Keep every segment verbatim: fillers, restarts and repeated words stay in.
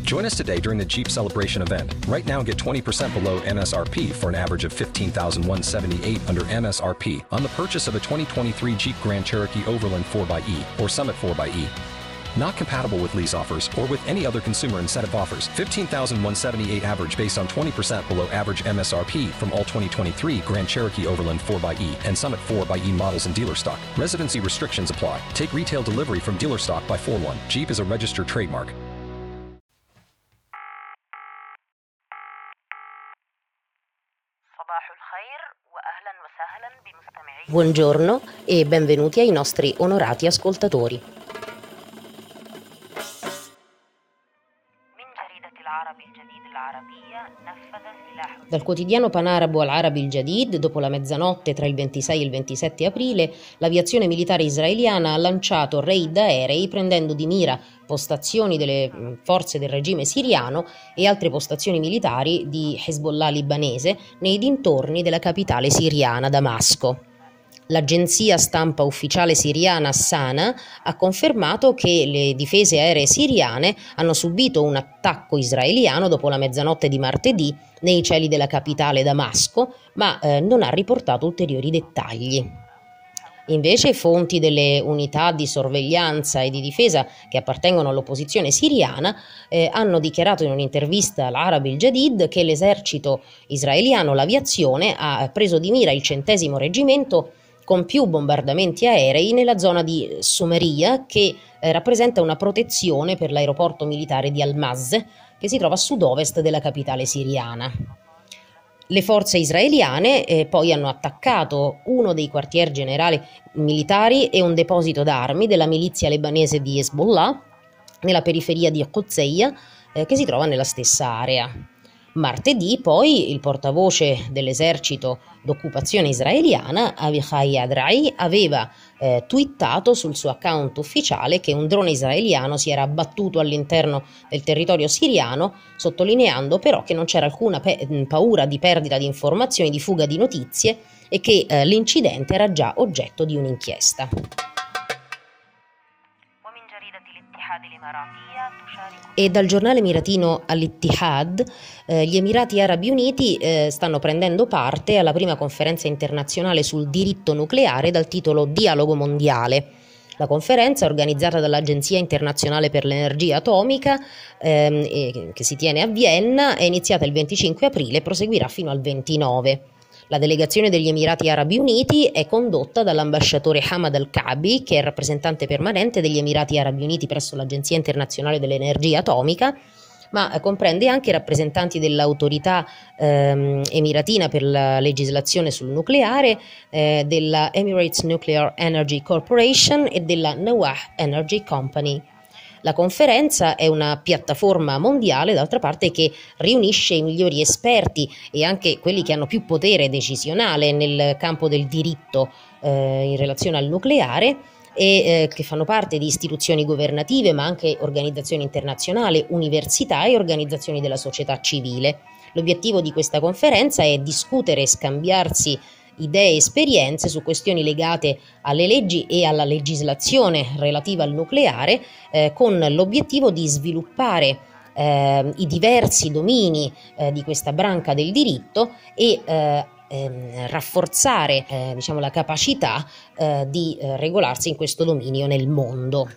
Join us today during the Jeep Celebration event. Right now, get twenty percent below M S R P for an average of fifteen thousand one hundred seventy-eight dollars under M S R P on the purchase of a twenty twenty-three Jeep Grand Cherokee Overland four by E or Summit four by E. Not compatible with lease offers or with any other consumer incentive offers. fifteen thousand one hundred seventy-eight dollars average based on twenty percent below average M S R P from all twenty twenty-three Grand Cherokee Overland four by E and Summit four by E models in dealer stock. Residency restrictions apply. Take retail delivery from dealer stock by four one. Jeep is a registered trademark. Buongiorno e benvenuti ai nostri onorati ascoltatori. Dal quotidiano panarabo Al-Arabi il-Jadid, dopo la mezzanotte tra il ventisei e il ventisette aprile, l'aviazione militare israeliana ha lanciato raid aerei prendendo di mira postazioni delle forze del regime siriano e altre postazioni militari di Hezbollah libanese nei dintorni della capitale siriana, Damasco. L'agenzia stampa ufficiale siriana Sana ha confermato che le difese aeree siriane hanno subito un attacco israeliano dopo la mezzanotte di martedì nei cieli della capitale Damasco, ma eh, non ha riportato ulteriori dettagli. Invece fonti delle unità di sorveglianza e di difesa che appartengono all'opposizione siriana eh, hanno dichiarato in un'intervista all'Arabi il-Jadid che l'esercito israeliano, l'aviazione, ha preso di mira il centesimo reggimento con più bombardamenti aerei nella zona di Sumeria, che eh, rappresenta una protezione per l'aeroporto militare di Al-Maz, che si trova a sud-ovest della capitale siriana. Le forze israeliane eh, poi hanno attaccato uno dei quartier generali militari e un deposito d'armi della milizia lebanese di Hezbollah nella periferia di Qudseya, eh, che si trova nella stessa area. Martedì poi il portavoce dell'esercito d'occupazione israeliana, Avichai Adrai, aveva eh, twittato sul suo account ufficiale che un drone israeliano si era abbattuto all'interno del territorio siriano, sottolineando però che non c'era alcuna pe- paura di perdita di informazioni, di fuga di notizie e che eh, l'incidente era già oggetto di un'inchiesta. E dal giornale emiratino Al-Ittihad, eh, gli Emirati Arabi Uniti eh, stanno prendendo parte alla prima conferenza internazionale sul diritto nucleare dal titolo Dialogo Mondiale. La conferenza, organizzata dall'Agenzia Internazionale per l'Energia Atomica, ehm, e, che si tiene a Vienna, è iniziata il venticinque aprile e proseguirà fino al ventinove. La delegazione degli Emirati Arabi Uniti è condotta dall'ambasciatore Hamad Al-Kaabi, che è il rappresentante permanente degli Emirati Arabi Uniti presso l'Agenzia Internazionale dell'Energia Atomica, ma comprende anche rappresentanti dell'autorità ehm, emiratina per la legislazione sul nucleare, eh, della Emirates Nuclear Energy Corporation e della Nawah Energy Company. La conferenza è una piattaforma mondiale, d'altra parte, che riunisce i migliori esperti e anche quelli che hanno più potere decisionale nel campo del diritto eh, in relazione al nucleare e eh, che fanno parte di istituzioni governative, ma anche organizzazioni internazionali, università e organizzazioni della società civile. L'obiettivo di questa conferenza è discutere e scambiarsi idee e esperienze su questioni legate alle leggi e alla legislazione relativa al nucleare, eh, con l'obiettivo di sviluppare eh, i diversi domini eh, di questa branca del diritto e eh, ehm, rafforzare eh, diciamo, la capacità eh, di eh, regolarsi in questo dominio nel mondo.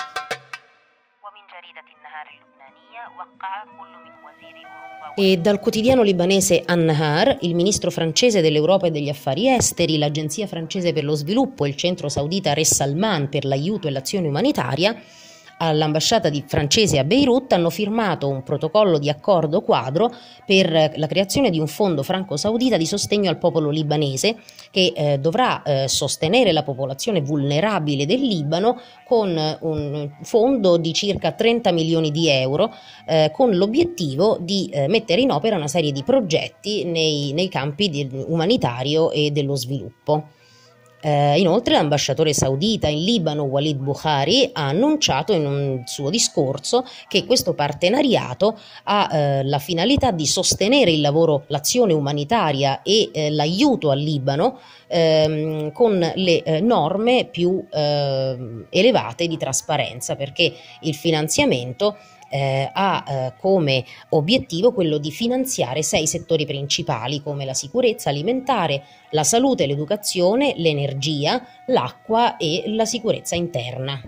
E dal quotidiano libanese An-Nahar, il ministro francese dell'Europa e degli affari esteri, l'agenzia francese per lo sviluppo e il centro saudita Re Salman per l'aiuto e l'azione umanitaria all'ambasciata di francese a Beirut hanno firmato un protocollo di accordo quadro per la creazione di un fondo franco-saudita di sostegno al popolo libanese che eh, dovrà eh, sostenere la popolazione vulnerabile del Libano con un fondo di circa trenta milioni di euro eh, con l'obiettivo di eh, mettere in opera una serie di progetti nei, nei campi di, umanitario e dello sviluppo. Eh, inoltre l'ambasciatore saudita in Libano Walid Bukhari ha annunciato in un suo discorso che questo partenariato ha eh, la finalità di sostenere il lavoro, l'azione umanitaria e eh, l'aiuto al Libano ehm, con le eh, norme più eh, elevate di trasparenza, perché il finanziamento eh, ha eh, come obiettivo quello di finanziare sei settori principali come la sicurezza alimentare, la salute, l'educazione, l'energia, l'acqua e la sicurezza interna.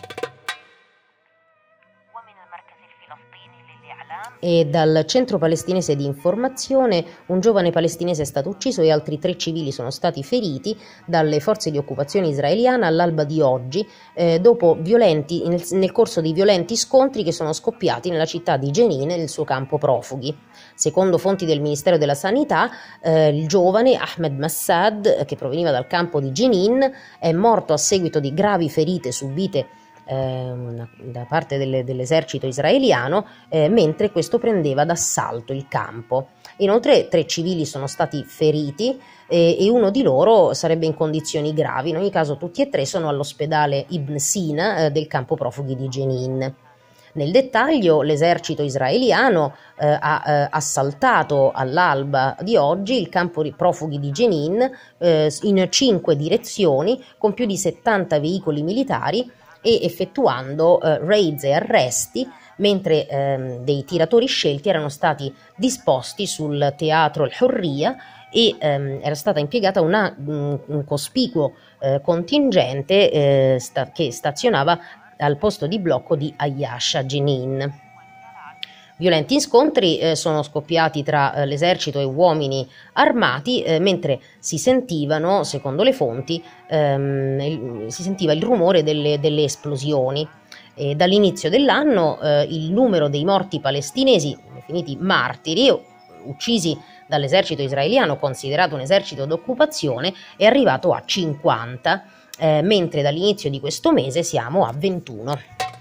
E dal centro palestinese di informazione un giovane palestinese è stato ucciso e altri tre civili sono stati feriti dalle forze di occupazione israeliana all'alba di oggi, eh, dopo violenti, nel, nel corso di violenti scontri che sono scoppiati nella città di Jenin e nel suo campo profughi. Secondo fonti del Ministero della Sanità, eh, il giovane Ahmed Massad, che proveniva dal campo di Jenin, è morto a seguito di gravi ferite subite da parte delle, dell'esercito israeliano eh, mentre questo prendeva d'assalto il campo. Inoltre tre civili sono stati feriti eh, e uno di loro sarebbe in condizioni gravi. In ogni caso tutti e tre sono all'ospedale Ibn Sina eh, del campo profughi di Jenin. Nel dettaglio, l'esercito israeliano eh, ha eh, assaltato all'alba di oggi il campo di profughi di Jenin eh, in cinque direzioni con più di settanta veicoli militari e effettuando eh, raids e arresti, mentre ehm, dei tiratori scelti erano stati disposti sul teatro Al-Hurriya e ehm, era stata impiegata una, un, un cospicuo eh, contingente eh, sta, che stazionava al posto di blocco di Ayash a Jenin. Violenti scontri eh, sono scoppiati tra eh, l'esercito e uomini armati, eh, mentre si sentivano, secondo le fonti, ehm, il, si sentiva il rumore delle, delle esplosioni. E dall'inizio dell'anno eh, il numero dei morti palestinesi, definiti martiri, uccisi dall'esercito israeliano, considerato un esercito d'occupazione, è arrivato a cinquanta, eh, mentre dall'inizio di questo mese siamo a ventuno.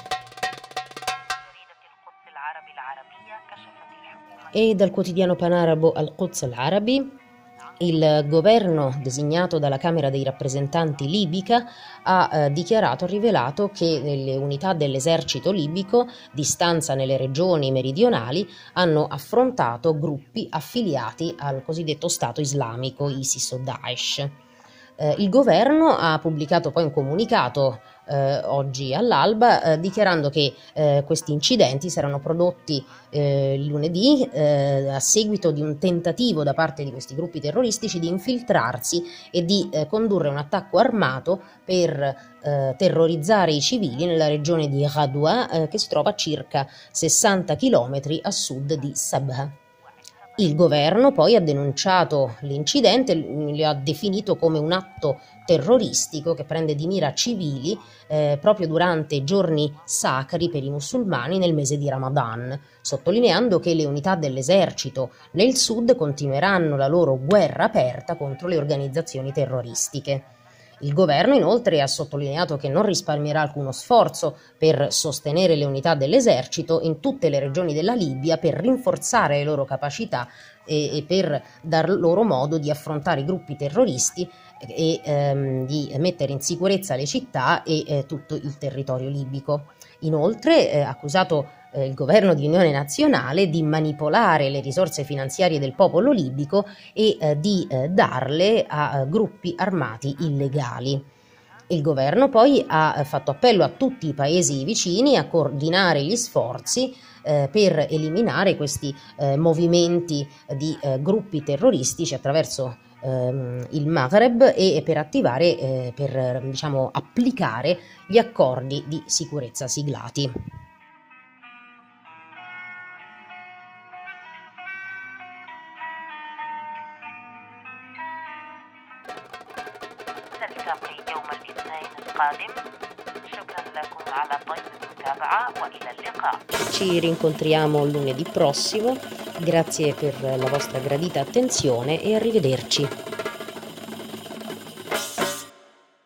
E dal quotidiano panarabo Al-Quds Al-Arabi, il governo designato dalla Camera dei rappresentanti libica ha eh, dichiarato, ha rivelato che le unità dell'esercito libico di stanza nelle regioni meridionali hanno affrontato gruppi affiliati al cosiddetto Stato islamico ISIS o Daesh. Eh, il governo ha pubblicato poi un comunicato eh, oggi all'alba eh, dichiarando che eh, questi incidenti si erano prodotti eh, lunedì eh, a seguito di un tentativo da parte di questi gruppi terroristici di infiltrarsi e di eh, condurre un attacco armato per eh, terrorizzare i civili nella regione di Ghadwa eh, che si trova a circa sessanta chilometri a sud di Sabha. Il governo poi ha denunciato l'incidente, lo ha definito come un atto terroristico che prende di mira civili eh, proprio durante giorni sacri per i musulmani nel mese di Ramadan, sottolineando che le unità dell'esercito nel sud continueranno la loro guerra aperta contro le organizzazioni terroristiche. Il governo inoltre ha sottolineato che non risparmierà alcuno sforzo per sostenere le unità dell'esercito in tutte le regioni della Libia per rinforzare le loro capacità e, e per dar loro modo di affrontare i gruppi terroristi e ehm, di mettere in sicurezza le città e eh, tutto il territorio libico. Inoltre eh, ha accusato eh, il governo di Unione Nazionale di manipolare le risorse finanziarie del popolo libico e eh, di eh, darle a eh, gruppi armati illegali. Il governo poi ha fatto appello a tutti i paesi vicini a coordinare gli sforzi eh, per eliminare questi eh, movimenti di eh, gruppi terroristici attraverso ehm, il Maghreb e per attivare, eh, per diciamo, applicare gli accordi di sicurezza siglati. نلتقي يوم الاثنين القادم. شكرا لكم على طيب المتابعة وإلى اللقاء. Ci rincontriamo lunedì prossimo, grazie per la vostra gradita attenzione e arrivederci.